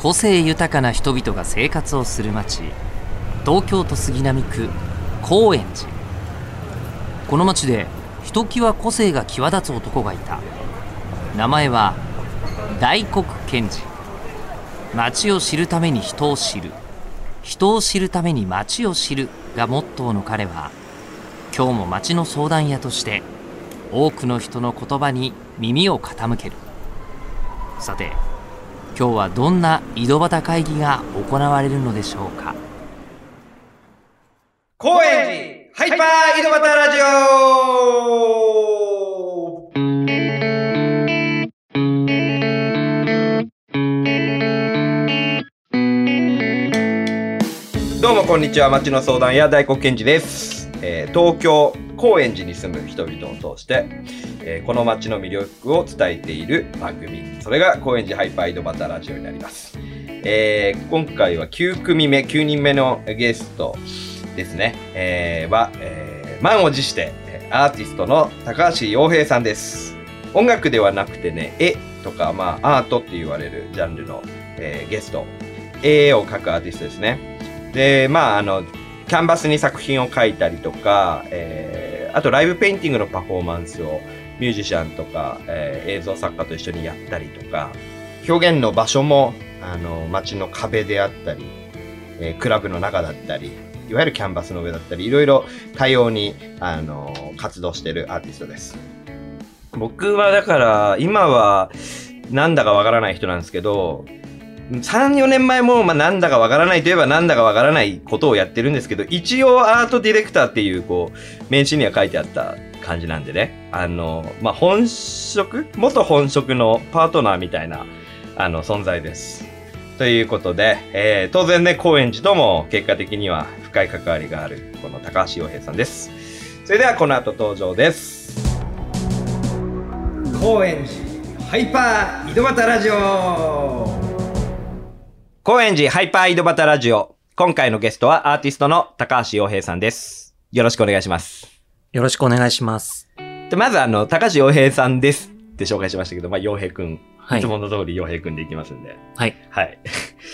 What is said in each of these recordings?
個性豊かな人々が生活をする町、東京都杉並区高円寺。この町でひときわ個性が際立つ男がいた。名前は大黒賢治。町を知るために人を知る、人を知るために町を知るがモットーの彼は、今日も町の相談屋として多くの人の言葉に耳を傾ける。さて、今日はどんな井戸端会議が行われるのでしょうか。 高円寺ハイパー井戸端ラジオ。どうもこんにちは、町の相談屋大黒賢治です。東京高円寺に住む人々を通して、この町の魅力を伝えている番組、それが高円寺ハイパー井戸端ラジオになります。今回は9人目のゲストですね。満を持してアーティストの高橋洋平さんです。音楽ではなくてね、絵とか、アートって言われるジャンルの、ゲスト、絵を描くアーティストですね。で、キャンバスに作品を描いたりとか、あとライブペインティングのパフォーマンスをミュージシャンとか、映像作家と一緒にやったりとか、表現の場所も街の壁であったり、クラブの中だったり、いわゆるキャンバスの上だったり、いろいろ多様に活動しているアーティストです。僕はだから今はなんだかわからない人なんですけど、3、4年前もなんだかわからないといえばなんだかわからないことをやってるんですけど、一応アートディレクターっていう名刺には書いてあった感じなんでね、元本職のパートナーみたいな存在です。ということで、当然ね、高円寺とも結果的には深い関わりがあるこの高橋洋平さんです。それではこの後登場です。高円寺ハイパー井戸端ラジオ。高円寺ハイパー井戸端ラジオ。今回のゲストはアーティストの高橋洋平さんです。よろしくお願いします。 よろしくお願いします。 で、まず高橋洋平さんですって紹介しましたけど、洋平くん。 はい、 いつもの通り洋平くんでいきますんで。 はい。 はい。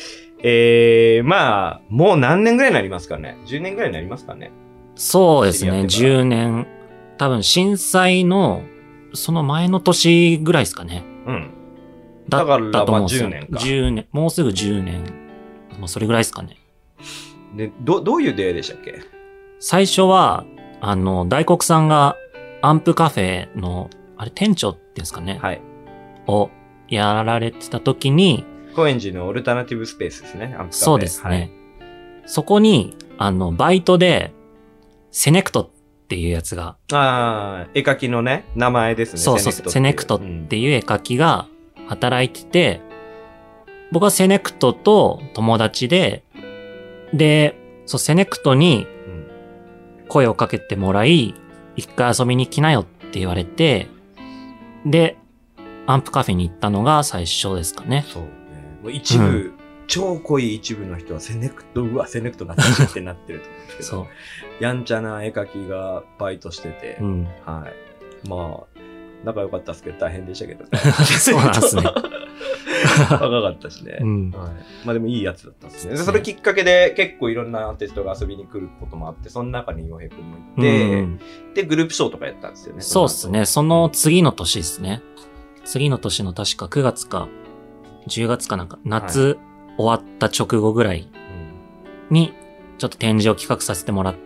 もう何年ぐらいになりますかね。10年ぐらいになりますかね。 そうですね。10年。多分震災のその前の年ぐらいですかね。 うん。 だったと思うんですよ。 10年か。 10年。もうすぐ10年。それぐらいですかね。 で、どういう出会いでしたっけ？ 最初は、大黒さんがアンプカフェの、店長っていうんですかね。 はい。 をやられてた時に、 高円寺のオルタナティブスペースですね。アンプカフェ。 そうですね。 はい、 そこに、バイトで、セネクトっていうやつが。 絵描きのね、名前ですね。 そう、セネクトっていう絵描きが働いてて、僕はセネクトと友達で、セネクトに声をかけてもらい、一回遊びに来なよって言われて、で、アンプカフェに行ったのが最初ですかね。 そうね。もう一部、超濃い一部の人はセネクトなったってなってると思うんですけど。そう。やんちゃな絵描きがバイトしてて、はい。仲良かったですけど大変でしたけどね。 そうなんですね。 若かったしね。はい。でもいいやつだったんですね。それきっかけで結構いろんなアーティストが遊びに来ることもあって、その中に洋平くんもいて、で、グループショーとかやったんですよね。 そうですね。その次の年ですね。次の年の確か9月か10月かなんか、夏終わった直後ぐらいに、ちょっと展示を企画させてもらって、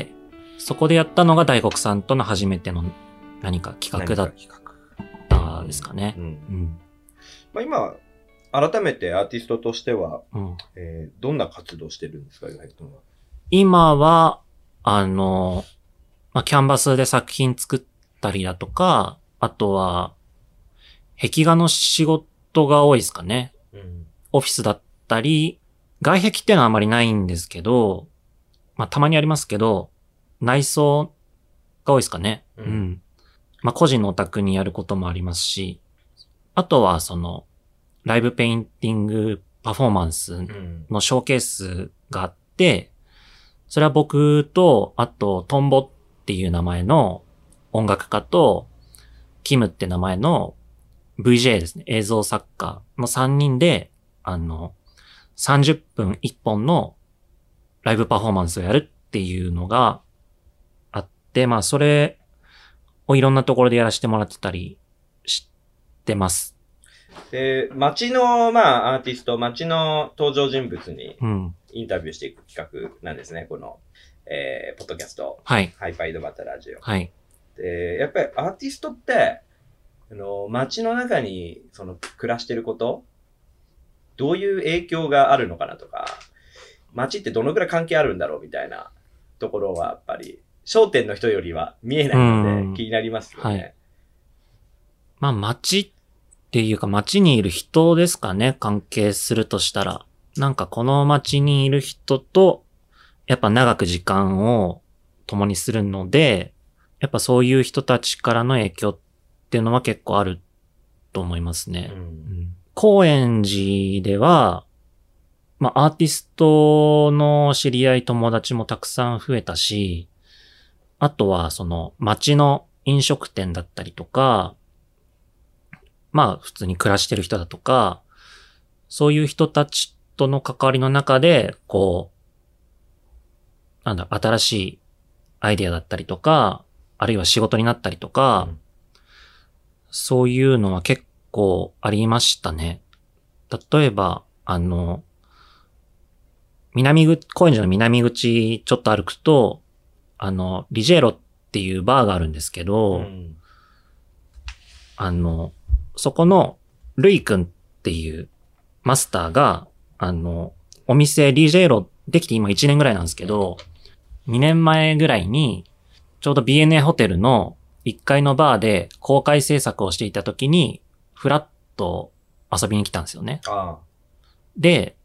そこでやったのが大黒さんとの初めての何か企画だったですかね。 今、改めてアーティストとしては、どんな活動してるんですか、洋平君は。 今は、キャンバスで作品作ったりだとか、あとは、壁画の仕事が多いですかね。オフィスだったり、外壁っていうのはあまりないんですけど、たまにありますけど、内装が多いですかね。個人のお宅にやることもありますし、あとはライブペインティングパフォーマンスのショーケースがあって、それは僕と、あと、トンボっていう名前の音楽家と、キムって名前の VJ ですね、映像作家の3人で 30分1本のライブパフォーマンスをやるっていうのがあって、まあそれをいろんなところでやらせてもらってたりしてます。 で、街の、まあ、アーティスト、街の登場人物にインタビューしていく企画なんですね、この、ポッドキャスト。 はい。 ハイパイドバタラジオ。 はい。 で、やっぱりアーティストって、街の中に、暮らしてること、どういう影響があるのかなとか、街ってどのくらい関係あるんだろうみたいなところは、やっぱり、商店の人よりは見えないので気になりますよね。はい。 まあ、街っていうか、街にいる人ですかね、関係するとしたら。なんかこの街にいる人と、やっぱ長く時間を共にするので、やっぱそういう人たちからの影響っていうのは結構あると思いますね。高円寺では、まあアーティストの知り合い友達もたくさん増えたし、あとはその街の飲食店だったりとか、まあ普通に暮らしてる人だとか、そういう人たちとの関わりの中で、こう、新しいアイデアだったりとか、あるいは仕事になったりとか、そういうのは結構ありましたね。例えば、高円寺の南口ちょっと歩くと、リジェーロっていうバーがあるんですけど、そこのルイ君っていうマスターが、お店リジェーロできて今1年ぐらいなんですけど、2年前ぐらいに、ちょうど BNA ホテルの1階のバーで公開制作をしていた時に、フラッと遊びに来たんですよね。で、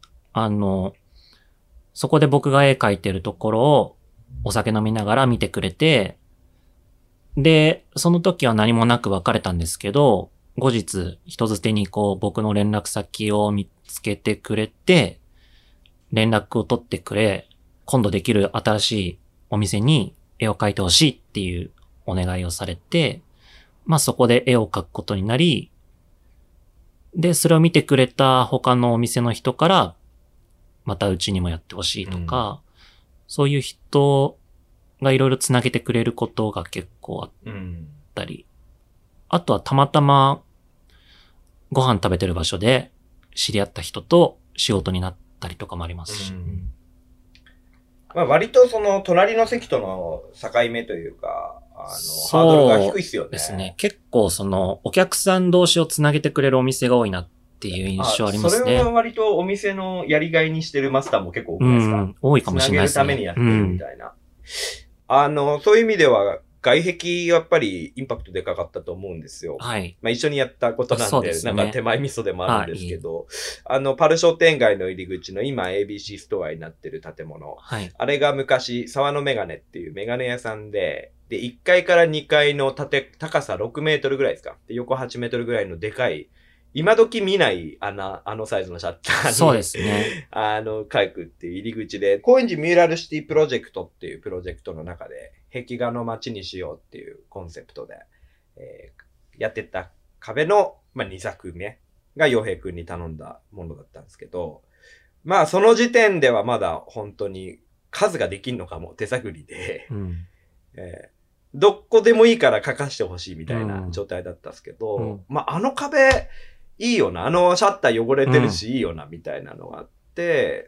そこで僕が絵描いてるところをお酒飲みながら見てくれて、で、その時は何もなく別れたんですけど、後日人づてにこう僕の連絡先を見つけてくれて、連絡を取ってくれ、今度できる新しいお店に絵を描いてほしいっていうお願いをされて、まあそこで絵を描くことになり、で、それを見てくれた他のお店の人から、またうちにもやってほしいとか、そういう人がいろいろつなげてくれることが結構あったり、あとはたまたまご飯食べてる場所で知り合った人と仕事になったりとかもありますし。 まあ割と隣の席との境目というか、ハードルが低いっすよね。 そうですね。結構お客さん同士をつなげてくれるお店が多いなっていう印象ありますね。 それは割とお店のやりがいにしてるマスターも結構多くないですか？ 多いかもしれないですね。 つなげるためにやってるみたいな。そういう意味では、外壁やっぱりインパクトでかかったと思うんですよ。 はい。 まあ一緒にやったことなんで、なんか手前味噌でもあるんですけど、パル商店街の入り口の今 ABC ストアになってる建物。 はい。 あれが昔、沢のメガネっていうメガネ屋さんで、1階から2階の高さ6メートルぐらいですか。で、横8メートルぐらいのでかい、今時見ないサイズのシャッターに。 そうですね。 書くっていう入り口で、高円寺ミューラルシティプロジェクトっていうプロジェクトの中で、壁画の街にしようっていうコンセプトで、やってた壁の、まあ、2作目が洋平くんに頼んだものだったんですけど、まあその時点ではまだ本当に数ができんのかも手探りで、どこでもいいから書かしてほしいみたいな状態だったんですけど、まあ壁いいよな、シャッター汚れてるしいいよなみたいなのがあって、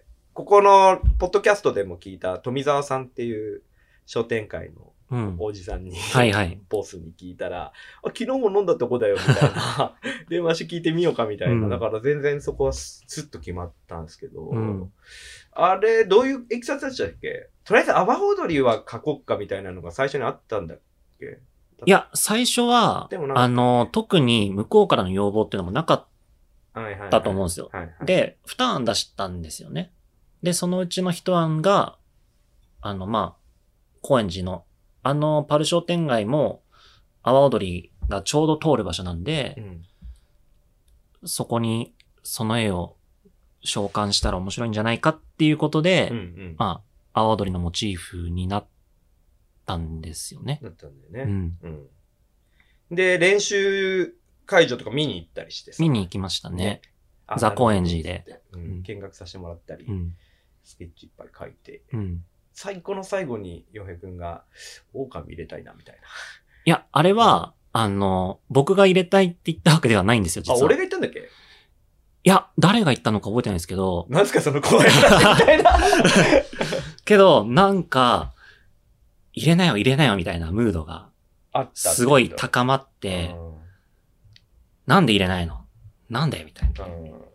ここのポッドキャストでも聞いた富澤さんっていう商店会のおじさんに、ボスに聞いたら、昨日も飲んだとこだよみたいな、電話して聞いてみようかみたいな、だから全然そこはスッと決まったんですけど、あれ、どういうエキサスだったっけ？とりあえず阿波踊りは書こっかみたいなのが最初にあったんだっけ？ いや、最初は、特に向こうからの要望っていうのもなかったと思うんですよ。で、2案出したんですよね。で、そのうちの1案が、まあ、高円寺の、パル商店街も、阿波踊りがちょうど通る場所なんで、そこにその絵を召喚したら面白いんじゃないかっていうことで、まあ、阿波踊りのモチーフになったんですよね。 なったんだよね。で、練習会場とか見に行ったりしてさ。 見に行きましたね。 ザ・高円寺で。 見学させてもらったり、スケッチいっぱい書いて、最後の最後に洋平くんが狼入れたいなみたいな。 いや、あれは、僕が入れたいって言ったわけではないんですよ、実は。 俺が言ったんだっけ？いや、誰が言ったのか覚えてないんですけど。 なんすかその怖い話みたいな。 けど、なんか、入れなよみたいなムードが、すごい高まって、なんで入れないの？なんでみたいな。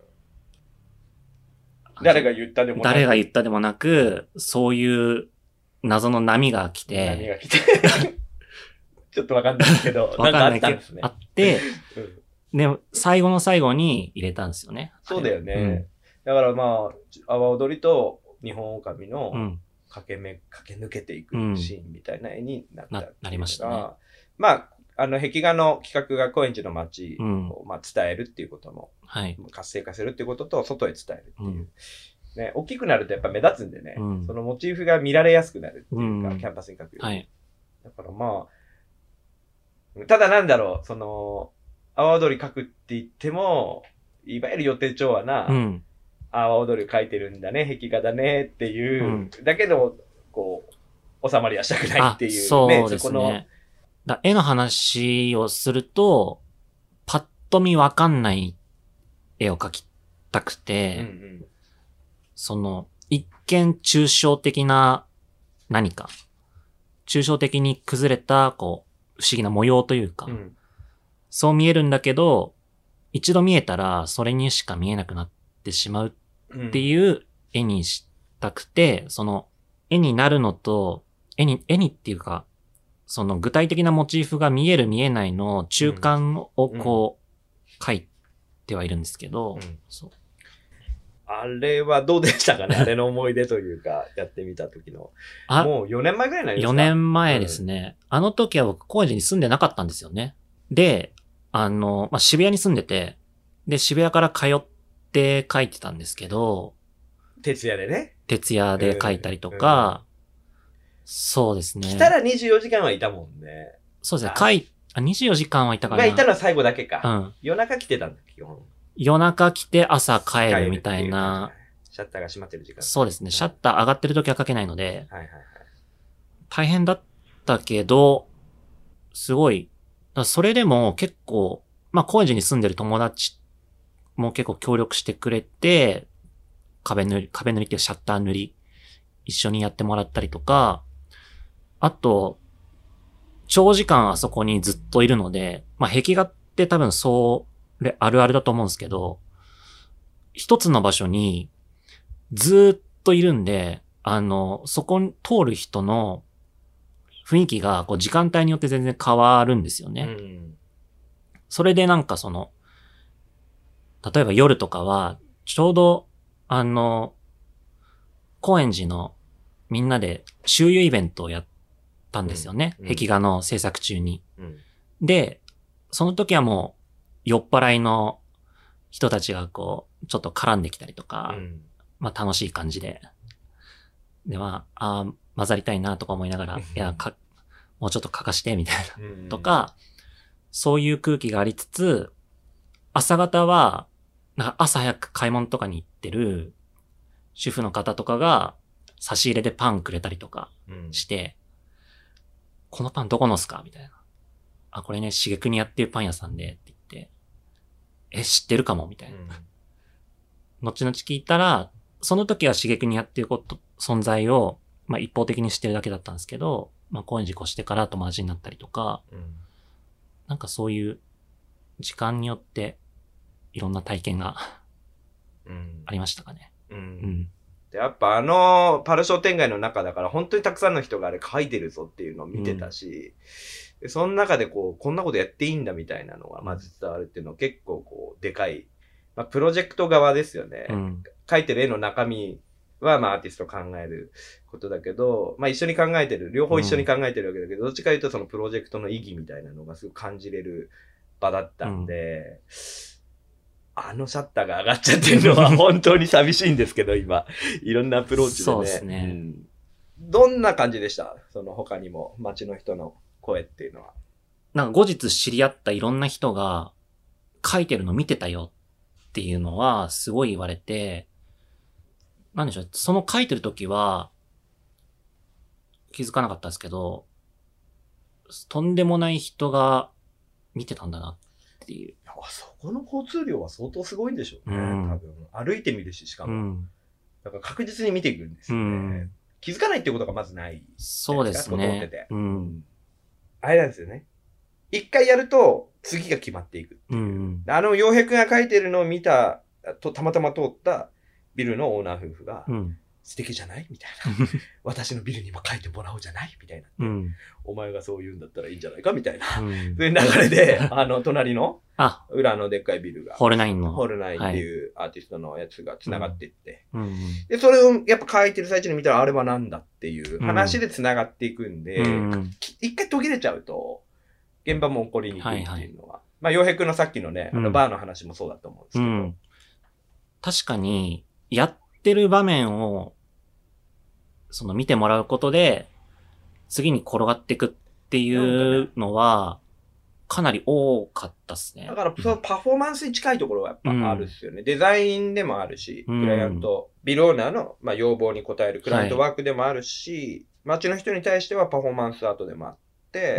誰が言ったでもなく。 誰が言ったでもなく、そういう謎の波が来て。 波が来て。ちょっとわかんないけど、 わかんないけど、 ね、 あって、で、最後の最後に入れたんですよね。 そうだよね。だからまあ、阿波踊りと日本狼の駆け抜けていくシーンみたいな絵になった、 なりましたね。 まあ、壁画の企画が高円寺の街を、まあ、伝えるっていうことの、活性化するっていうことと、外へ伝えるっていう。ね、大きくなるとやっぱ目立つんでね、そのモチーフが見られやすくなるっていうか、キャンパスに描くように。だからまあ、ただなんだろう、その、阿波踊り描くって言っても、いわゆる予定調和な、阿波踊り描いてるんだね、壁画だねっていう、だけど、こう、収まりはしたくないっていうね、 そうですね。絵の話をすると、パッと見わかんない絵を描きたくて、その、一見抽象的な何か、抽象的に崩れた、こう、不思議な模様というか、そう見えるんだけど、一度見えたらそれにしか見えなくなってしまうっていう絵にしたくて、その絵になるのと、絵にっていうか、その具体的なモチーフが見える見えないの中間をこう描いてはいるんですけど、そう。 あれはどうでしたかねあれの思い出というか、やってみた時の。もう4年前ぐらいになりますか？ 4 年前ですね。あの時は僕、高円寺に住んでなかったんですよね。で、まあ、渋谷に住んでて、で、渋谷から通って書いてたんですけど、 徹夜でね。 徹夜で書いたりとか、そうですね。 来たら24時間はいたもんね。 そうですね。24時間はいたかな。 まあ、いたのは最後だけか。夜中来てたんだ、基本。 夜中来て朝帰るみたいな。 シャッターが閉まってる時間。 そうですね。シャッター上がってる時は書けないので、大変だったけど、すごい、それでも結構、まあ、高円寺に住んでる友達も結構協力してくれて、壁塗りっていうシャッター塗り、一緒にやってもらったりとか、あと、長時間あそこにずっといるので、まあ、壁画って多分あるあるだと思うんですけど、一つの場所にずーっといるんで、そこに通る人の雰囲気がこう時間帯によって全然変わるんですよね。それでなんかその、例えば夜とかは、ちょうど、高円寺のみんなで周遊イベントをやったんですよね。壁画の制作中に。で、その時はもう、酔っ払いの人たちがこう、ちょっと絡んできたりとか、まあ楽しい感じで。で、まあ、混ざりたいなとか思いながら、いや、もうちょっと書かして、みたいな。とか、そういう空気がありつつ、朝方は、なんか朝早く買い物とかに行ってる主婦の方とかが、差し入れでパンくれたりとかして、このパンどこのっすかみたいな。あ、これね、しげくにやってるパン屋さんで、って言って、知ってるかもみたいな。後々聞いたら、その時はしげくにやってる存在を、まあ一方的に知ってるだけだったんですけど、まあ高円寺越してから友達になったりとか、なんかそういう時間によっていろんな体験がありましたかね。 でやっぱパル商店街の中だから本当にたくさんの人があれ書いてるぞっていうのを見てたし、でその中でこんなことやっていいんだみたいなのがまず伝わるっていうのは結構でかい、まあプロジェクト側ですよね。書いてる絵の中身はまあアーティスト考えることだけど、まあ一緒に考えてる、両方一緒に考えてるわけだけど、どっちかというとそのプロジェクトの意義みたいなのがすごく感じれる場だったんで、シャッターが上がっちゃってるのは本当に寂しいんですけど、今。いろんなアプローチでね。 そうですね。 どんな感じでした？その他にも街の人の声っていうのは。 なんか後日知り合ったいろんな人が書いてるの見てたよっっていうのはすごい言われて、なんでしょう、その書いてる時は気づかなかったんですけど、とんでもない人が見てたんだなっていう。 そこの交通量は相当すごいんでしょうね、多分。歩いてみるし、しかも。だから確実に見ていくんですよね。気づかないってことがまずない。 そうですね。 整ってて。あれなんですよね。一回やると、次が決まっていくっていう。洋平くんが書いてるのを見た、たまたま通ったビルのオーナー夫婦が、素敵じゃないみたいな。私のビルにも書いてもらおうじゃないみたいな、お前がそう言うんだったらいいんじゃないかみたいな。そういう流れで、隣の、裏のでっかいビルが。 ホールナインの。 ホールナインっていうアーティストのやつが繋がっていって。で、それをやっぱ書いてる最中に見たらあれはなんだっていう話で繋がっていくんで、一回途切れちゃうと、現場も起こりにくいっていうのは。まあ、洋平くんのさっきのね、バーの話もそうだと思うんですけど。 確かに、やってる場面を、見てもらうことで、次に転がっていくっていうのは、かなり多かったっすね。 だから、そのパフォーマンスに近いところはやっぱあるっすよね。デザインでもあるし、クライアント、ビルオーナーの、要望に応えるクライアントワークでもあるし、街の人に対してはパフォーマンスアートでもあって、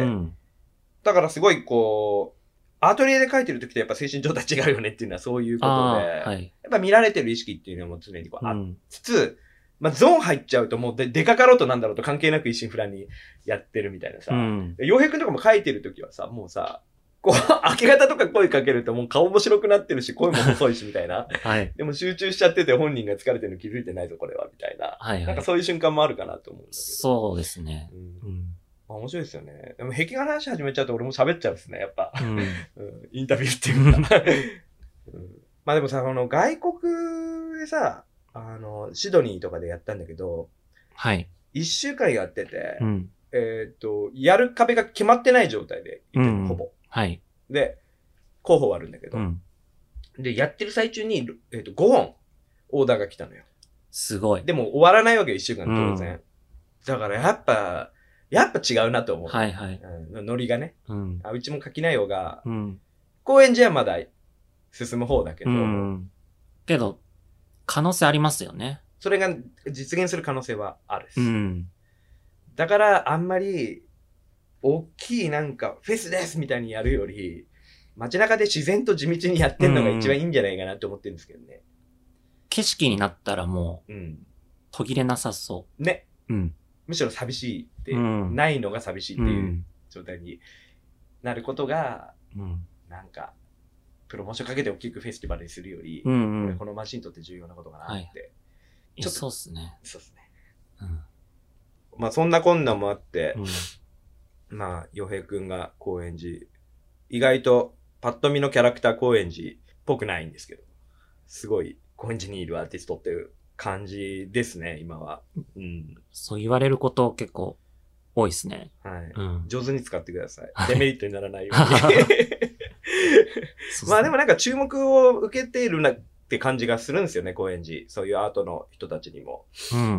だからすごいアトリエで書いてる時とやっぱ精神状態違うよねっていうのはそういうことで、やっぱ見られてる意識っていうのも常にありつつ、ゾーン入っちゃうともう出かかろうとなんだろうと関係なく一心不乱にやってるみたいなさ。洋平くんとかも書いてる時はさ、もうさ、明け方とか声かけるともう顔も白くなってるし、声も細いしみたいな。でも集中しちゃってて本人が疲れてるの気づいてないぞこれはみたいな。なんかそういう瞬間もあるかなと思うんだけど。 そうですね。 面白いですよね。でも壁画の話始めちゃうと俺も喋っちゃうんですね、やっぱ。インタビューっていうか。まあでもさ、外国でさ、シドニーとかでやったんだけど、一週間やってて、やる壁が決まってない状態で行ってる、ほぼ。で、候補はあるんだけど、で、やってる最中に、5本オーダーが来たのよ。 すごい。 でも終わらないわけよ、一週間当然。だからやっぱ違うなと思う。ノリがね。うちも垣内容が、高円寺はまだ進む方だけど、 けど、可能性ありますよね。 それが実現する可能性はあるです。だからあんまり、大きいなんかフェスですみたいにやるより、街中で自然と地道にやってんのが一番いいんじゃないかなって思ってるんですけどね。 景色になったらもう、途切れなさそう。 ね。むしろ寂しいって、ないのが寂しいっていう状態になることが、なんか、プロモーションかけて大きくフェスティバルにするより、この街にとって重要なことかなって。 そうっすね。 そうっすね。まあそんな困難もあって、まあ、洋平くんが高円寺、意外とパッと見のキャラクター高円寺っぽくないんですけど、すごい高円寺にいるアーティストっていう感じですね、今は。 そう言われること結構多いですね。 上手に使ってください。デメリットにならないように。まあでもなんか注目を受けているなって感じがするんですよね、高円寺。そういうアートの人たちにも。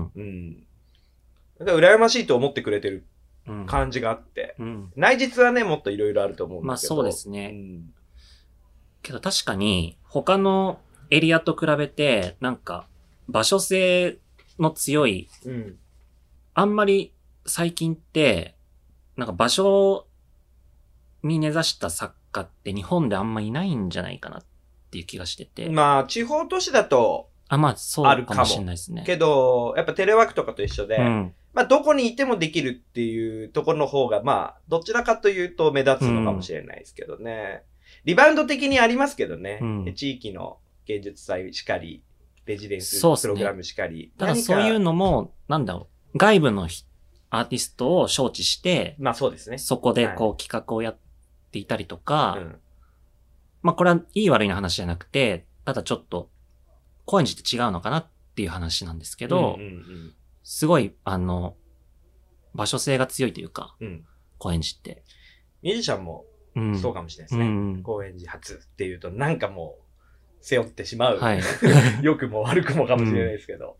だから羨ましいと思ってくれてる感じがあって。内実はね、もっといろいろあると思うんだけど。 まあそうですね。けど確かに、他のエリアと比べて、なんか、場所性の強い、あんまり最近って、なんか場所に根ざした作家って日本であんまいないんじゃないかなっていう気がしてて。 まあ、地方都市だと、 まあそうかもしれないですね。 けど、やっぱテレワークとかと一緒で、まあどこにいてもできるっていうところの方が、まあ、どちらかというと目立つのかもしれないですけどね。リバウンド的にありますけどね。地域の芸術祭しかり、レジデンスプログラムしかり。 ただそういうのも、なんだろう、外部のアーティストを招致して、 まあそうですね。 そこでこう企画をやっていたりとか、まあこれはいい悪いの話じゃなくて、ただちょっと、高円寺って違うのかなっていう話なんですけど、すごい、場所性が強いというか、高円寺って。 ミュージシャンもそうかもしれないですね。高円寺初っていうと、なんかもう、背負ってしまう。良くも悪くもかもしれないですけど。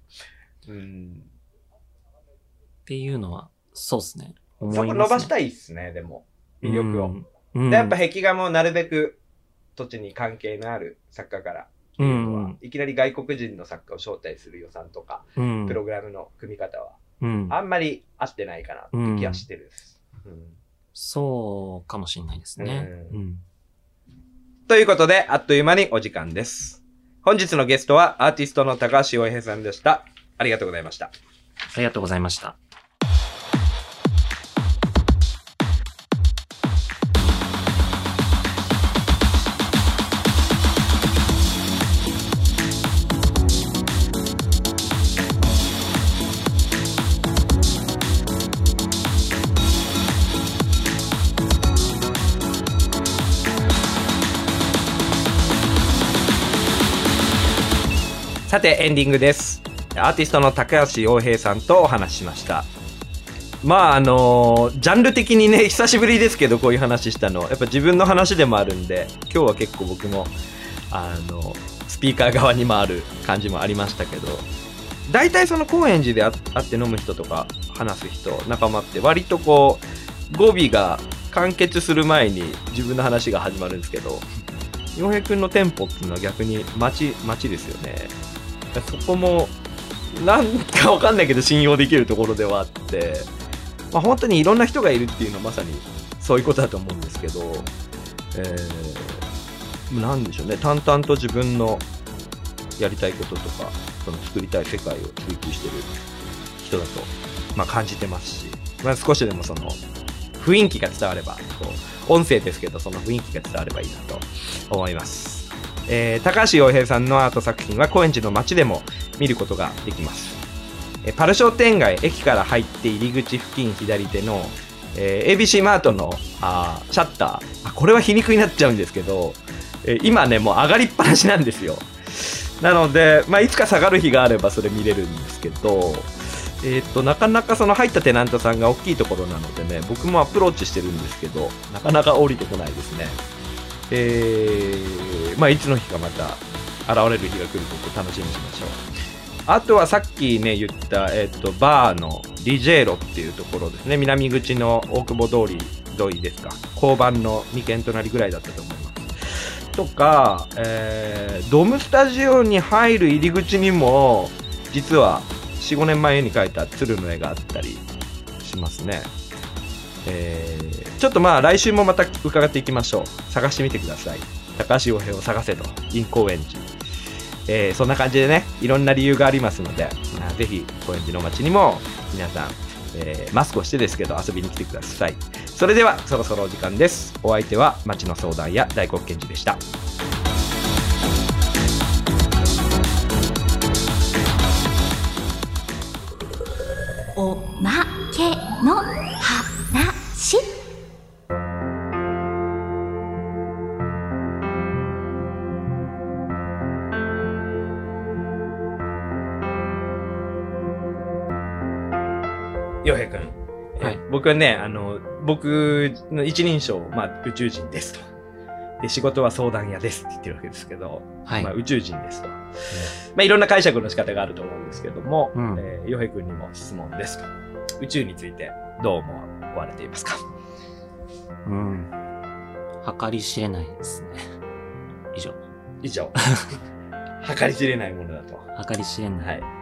っていうのは、そうですね。 思いますね。そこ伸ばしたいっすね、でも。魅力を。で、やっぱ壁画もなるべく土地に関係のある作家からっていうのは、いきなり外国人の作家を招待する予算とか、プログラムの組み方は、あんまり合ってないかなって気がしてるんです。 そうかもしれないですね。 ということで、あっという間にお時間です。本日のゲストはアーティストの高橋洋平さんでした。ありがとうございました。 ありがとうございました。 さてエンディングです。アーティストの高橋洋平さんとお話ししました。まあジャンル的にね久しぶりですけどこういう話したのやっぱ自分の話でもあるんで今日は結構僕もスピーカー側に回る感じもありましたけど大体その高円寺で会って飲む人とか話す人仲間って割とこう語尾が完結する前に自分の話が始まるんですけど洋平くんのテンポっていうのは逆に待ちですよね。そこもなんかわかんないけど信用できるところではあって、まあ、本当にいろんな人がいるっていうのはまさにそういうことだと思うんですけど、なんでしょうね淡々と自分のやりたいこととかその作りたい世界を追求してる人だと、まあ、感じてますし、まあ、少しでもその雰囲気が伝わればこう音声ですけどその雰囲気が伝わればいいなと思います。高橋洋平さんのアート作品は高円寺の街でも見ることができます。パル商店街駅から入って入り口付近左手の、ABC マートのシャッターこれは皮肉になっちゃうんですけど、今ねもう上がりっぱなしなんですよ。なので、まあ、いつか下がる日があればそれ見れるんですけどなかなかその入ったテナントさんが大きいところなのでね僕もアプローチしてるんですけどなかなか降りてこないですね。まあいつの日かまた現れる日が来ることを楽しみにしましょう。あとはさっきね言った、バーのリジェーロっていうところですね。南口の大久保通り沿いですか交番の2軒隣ぐらいだったと思いますとか、ドムスタジオに入る入り口にも実は 4,5 年前に描いた鶴の絵があったりしますね。ちょっとまあ来週もまた伺っていきましょう。探してみてください。高橋洋平を探せと in 高円寺、そんな感じでねいろんな理由がありますのでぜひ高円寺の街にも皆さん、マスクをしてですけど遊びに来てください。それではそろそろお時間です。お相手は街の相談屋大黒賢治でした。 おまけの話。 洋平くん、はい、僕はね僕の一人称、まあ、宇宙人ですとで仕事は相談屋ですって言ってるわけですけど、はいまあ、宇宙人ですと、まあ、いろんな解釈の仕方があると思うんですけども洋平くんにも質問ですと宇宙についてどう思われていますか？ 計り知れないですね。以上計り知れないものだと。 計り知れない。 はい